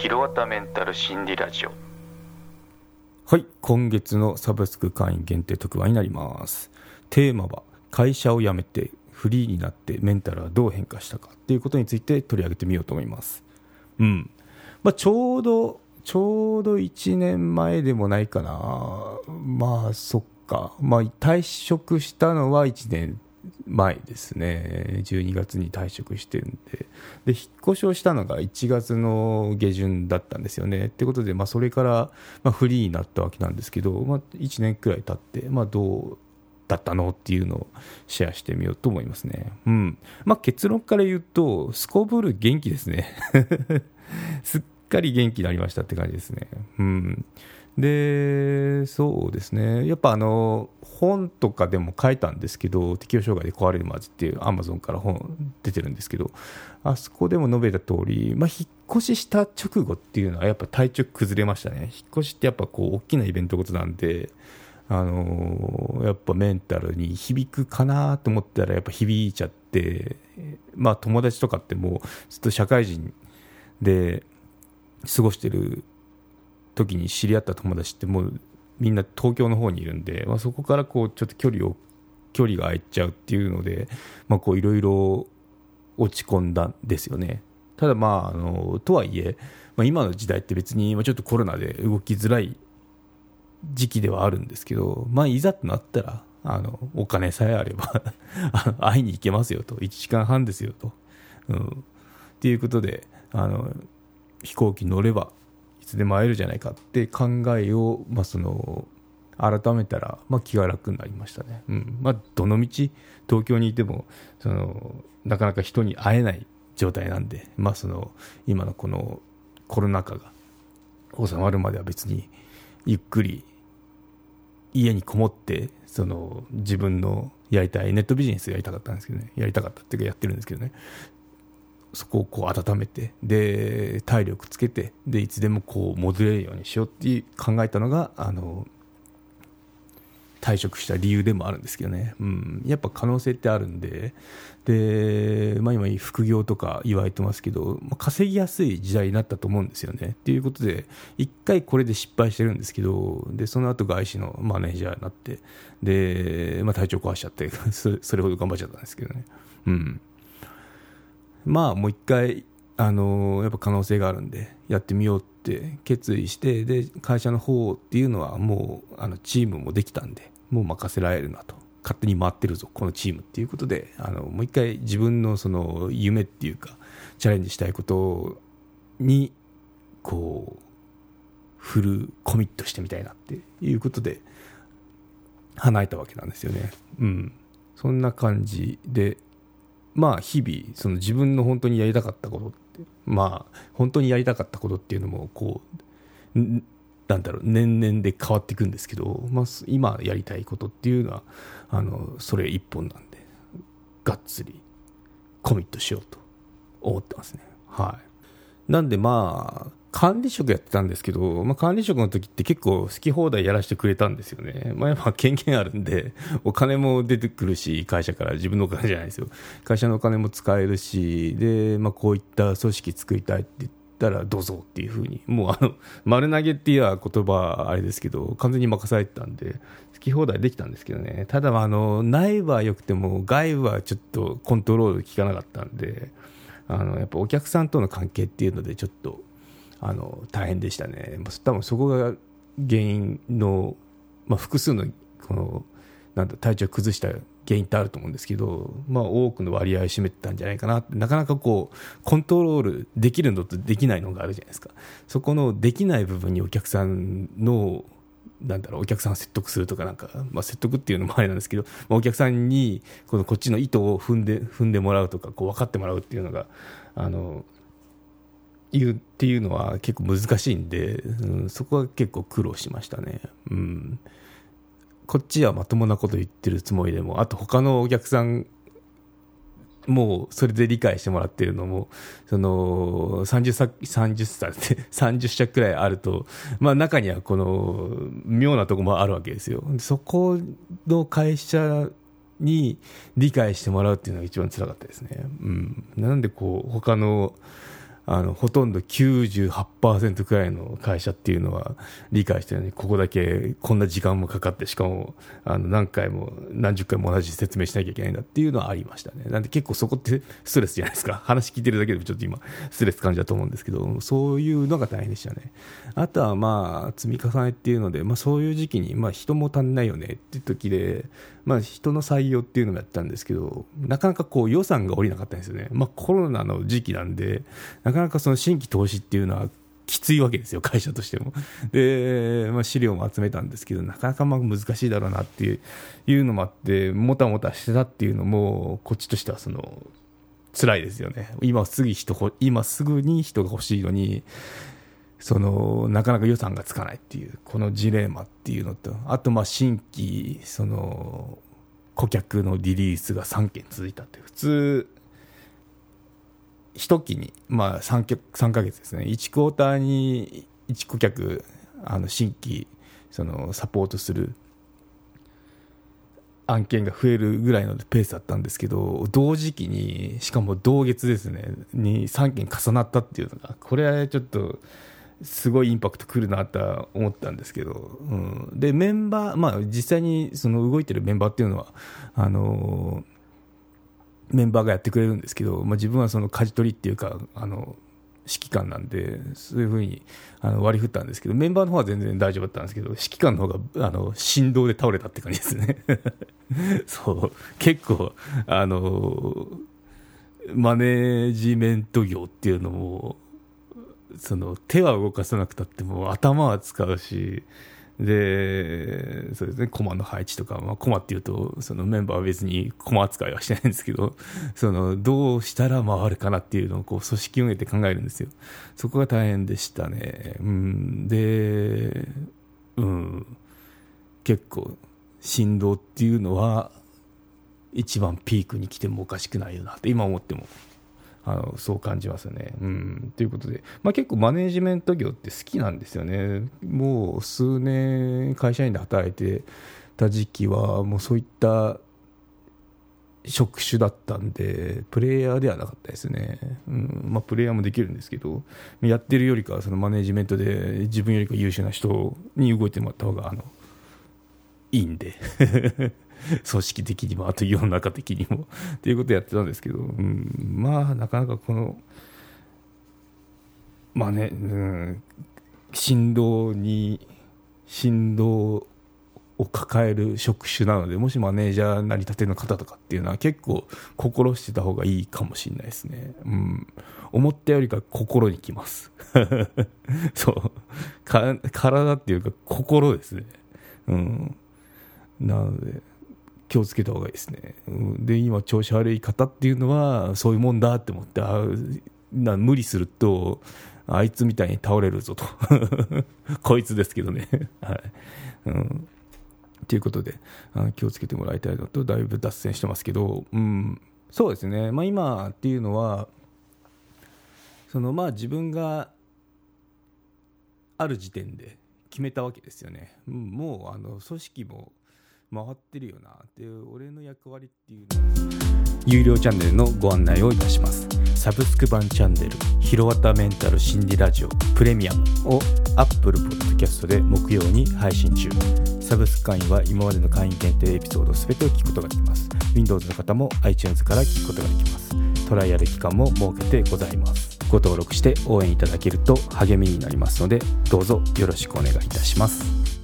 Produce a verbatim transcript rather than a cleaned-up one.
ひろわたメンタル心理ラジオ。 はい、今月のサブスク会員限定特番になります。テーマは会社を辞めてフリーになってメンタルはどう変化したかっていうことについて取り上げてみようと思います。うん、まあ、ちょうどちょうどいちねんまえでもないかな。まあそっか、まあ、退職したのはいちねんまえですね。じゅうにがつに退職してるんで、で引っ越しをしたのがいちがつの下旬だったんですよね。ってことで、まあ、それから、まあ、フリーになったわけなんですけど、まあ、いちねんくらい経って、まあ、どうだったのっていうのをシェアしてみようと思いますね。うんまあ、結論から言うと、すこぶる元気ですねすっかり元気になりましたって感じですね。うんでそうですね、やっぱあの本とかでも書いたんですけど、適応障害で壊れるまずっていうアマゾンから本出てるんですけど、あそこでも述べた通り、まあ、引っ越しした直後っていうのはやっぱ体調崩れましたね。引っ越しってやっぱこう大きなイベントごとなんで、あのー、やっぱメンタルに響くかなと思ったらやっぱ響いちゃって、まあ、友達とかってもうずっと社会人で過ごしてる時に知り合った友達ってもうみんな東京の方にいるんで、まあ、そこからこうちょっと距離を距離が空いちゃうっていうので、まあ、こういろいろ落ち込んだんですよね。ただまああのとはいえ、まあ、今の時代って別にちょっとコロナで動きづらい時期ではあるんですけど、まあ、いざとなったらあのお金さえあれば会いに行けますよと、いちじかんはんですよと、うん、っていうことであの飛行機乗ればいつでも会えるじゃないかって考えを、まあ、その改めたら、まあ、気が楽になりましたね。うんまあ、どのみち東京にいてもそのなかなか人に会えない状態なんで、まあ、その今のこのコロナ禍が収まるまでは別にゆっくり家にこもってその自分のやりたいネットビジネスやりたかったんですけどね、やりたかったっていうかやってるんですけどね、そこをこう温めて、で体力つけて、でいつでもこう戻れるようにしようって考えたのがあの退職した理由でもあるんですけどね、うん、やっぱ可能性ってあるんで、で、まあ、今副業とか言われてますけど、まあ、稼ぎやすい時代になったと思うんですよね。っていうことで一回これで失敗してるんですけど、でその後外資のマネージャーになって、で、まあ、体調壊しちゃってそれ、それほど頑張っちゃったんですけどね、うんまあもう一回あのやっぱ可能性があるんでやってみようって決意して、で会社の方っていうのはもうあのチームもできたんで、もう任せられるなと、勝手に回ってるぞこのチームっていうことで、あのもう一回自分のその夢っていうかチャレンジしたいことにこうフルコミットしてみたいなっていうことで離れたわけなんですよね。うんそんな感じで、まあ日々その自分の本当にやりたかったことって、まあ本当にやりたかったことっていうのもこうなんだろう年々で変わっていくんですけど、まあ、今やりたいことっていうのはあのそれ一本なんでがっつりコミットしようと思ってますね。はい。なんでまあ管理職やってたんですけど、まあ、管理職の時って結構好き放題やらせてくれたんですよね。まあ、やっぱ権限あるんでお金も出てくるし、会社から自分のお金じゃないですよ、会社のお金も使えるし、で、まあ、こういった組織作りたいって言ったらどうぞっていう風に、もうあの丸投げっていう言葉あれですけど完全に任されてたんで好き放題できたんですけどね。ただあの内部は良くても外部はちょっとコントロール効かなかったんで、あのやっぱお客さんとの関係っていうのでちょっとあの大変でしたね。多分そこが原因の、まあ、複数のこのなんだ体調を崩した原因ってあると思うんですけど、まあ、多くの割合を占めてたんじゃないかなって。なかなかこうコントロールできるのとできないのがあるじゃないですか。そこのできない部分にお客さんのなんだろうお客さんを説得するとかなんか、まあ、説得っていうのもあれなんですけど、まあ、お客さんにこのこっちの意図を踏んで踏んでもらうとかこう分かってもらうっていうのがあの言うっていうのは結構難しいんで、うん、そこは結構苦労しましたね。うん、こっちはまともなこと言ってるつもりでも、あと他のお客さんもうそれで理解してもらってるのもそのさんじゅっささんじゅっさでさんじゅっ社くらいあると、まあ、中にはこの妙なところもあるわけですよ。そこの会社に理解してもらうっていうのが一番辛かったですね。うん、なんでこう他のあのほとんど きゅうじゅうはちパーセント くらいの会社っていうのは理解してるのに、ここだけこんな時間もかかって、しかもあの何回も何十回も同じ説明しなきゃいけないんだっていうのはありましたね。なんで結構そこってストレスじゃないですか。話聞いてるだけでもちょっと今ストレス感じだと思うんですけど、そういうのが大変でしたね。あとはまあ積み重ねっていうので、まあ、そういう時期にまあ人も足んないよねっていう時で、まあ、人の採用っていうのもやったんですけど、なかなかこう予算が下りなかったんですよね。まあ、コロナの時期なんで、なかなかその新規投資っていうのはきついわけですよ、会社としても。で、まあ、資料も集めたんですけど、なかなかまあ難しいだろうなっていういうのもあって、もたもたしてたっていうのも、こっちとしてはその辛いですよね。今すぐ人、今すぐに人が欲しいのに、そのなかなか予算がつかないっていうこのジレンマっていうのと、あとまあ新規その顧客のリリースがさんけん続いたって、普通一期にまあ 3, 3ヶ月ですね、いちクォーターにいち顧客あの新規そのサポートする案件が増えるぐらいのペースだったんですけど、同時期にしかも同月ですねにさんけん重なったっていうのが、これはちょっとすごいインパクトくるなとは思ったんですけど、うん、でメンバー、まあ、実際にその動いてるメンバーっていうのはあのメンバーがやってくれるんですけど、まあ、自分はその舵取りっていうかあの指揮官なんで、そういうふうにあの割り振ったんですけど、メンバーの方は全然大丈夫だったんですけど、指揮官の方があの振動で倒れたって感じですねそう結構あのマネージメント業っていうのも、その手は動かさなくたっても頭は使うし、でそうですね、コマの配置とか、まあ、コマっていうとそのメンバーは別にコマ扱いはしてないんですけど、そのどうしたら回るかなっていうのをこう組織運営で考えるんですよ。そこが大変でしたね。うん、で、うん、結構振動っていうのは一番ピークに来てもおかしくないよなって今思ってもあのそう感じますよね。うん、ということで、まあ、結構マネージメント業って好きなんですよね。もう数年会社員で働いてた時期はもうそういった職種だったんで、プレイヤーではなかったですね。うんまあ、プレイヤーもできるんですけど、やってるよりかはそのマネージメントで自分よりか優秀な人に動いてもらった方があのいいんで組織的にもあと世の中的にもっていうことをやってたんですけど、うん、まあなかなかこのまあね、うん、振動に振動を抱える職種なので、もしマネージャーなりたての方とかっていうのは結構心してた方がいいかもしれないですね。うん、思ったよりか心にきますそうか体っていうか心ですね。うんなので気をつけた方がいいですね。で今調子悪い方っていうのはそういうもんだって思って、あな無理するとあいつみたいに倒れるぞとこいつですけどねはい、うんということであの気をつけてもらいたいのと、だいぶ脱線してますけど、うん、そうですね、まあ、今っていうのはそのまあ自分がある時点で決めたわけですよね。うん、もうあの組織も回ってるよなっていう俺の役割っていうの有料チャンネルのご案内をいたします。サブスク版チャンネルひろわたメンタル心理ラジオプレミアムを Apple Podcast で木曜に配信中。サブスク会員は今までの会員限定エピソードすべてを聞くことができます。 Windows の方も iTunes から聞くことができます。トライアル期間も設けてございます。ご登録して応援いただけると励みになりますので、どうぞよろしくお願いいたします。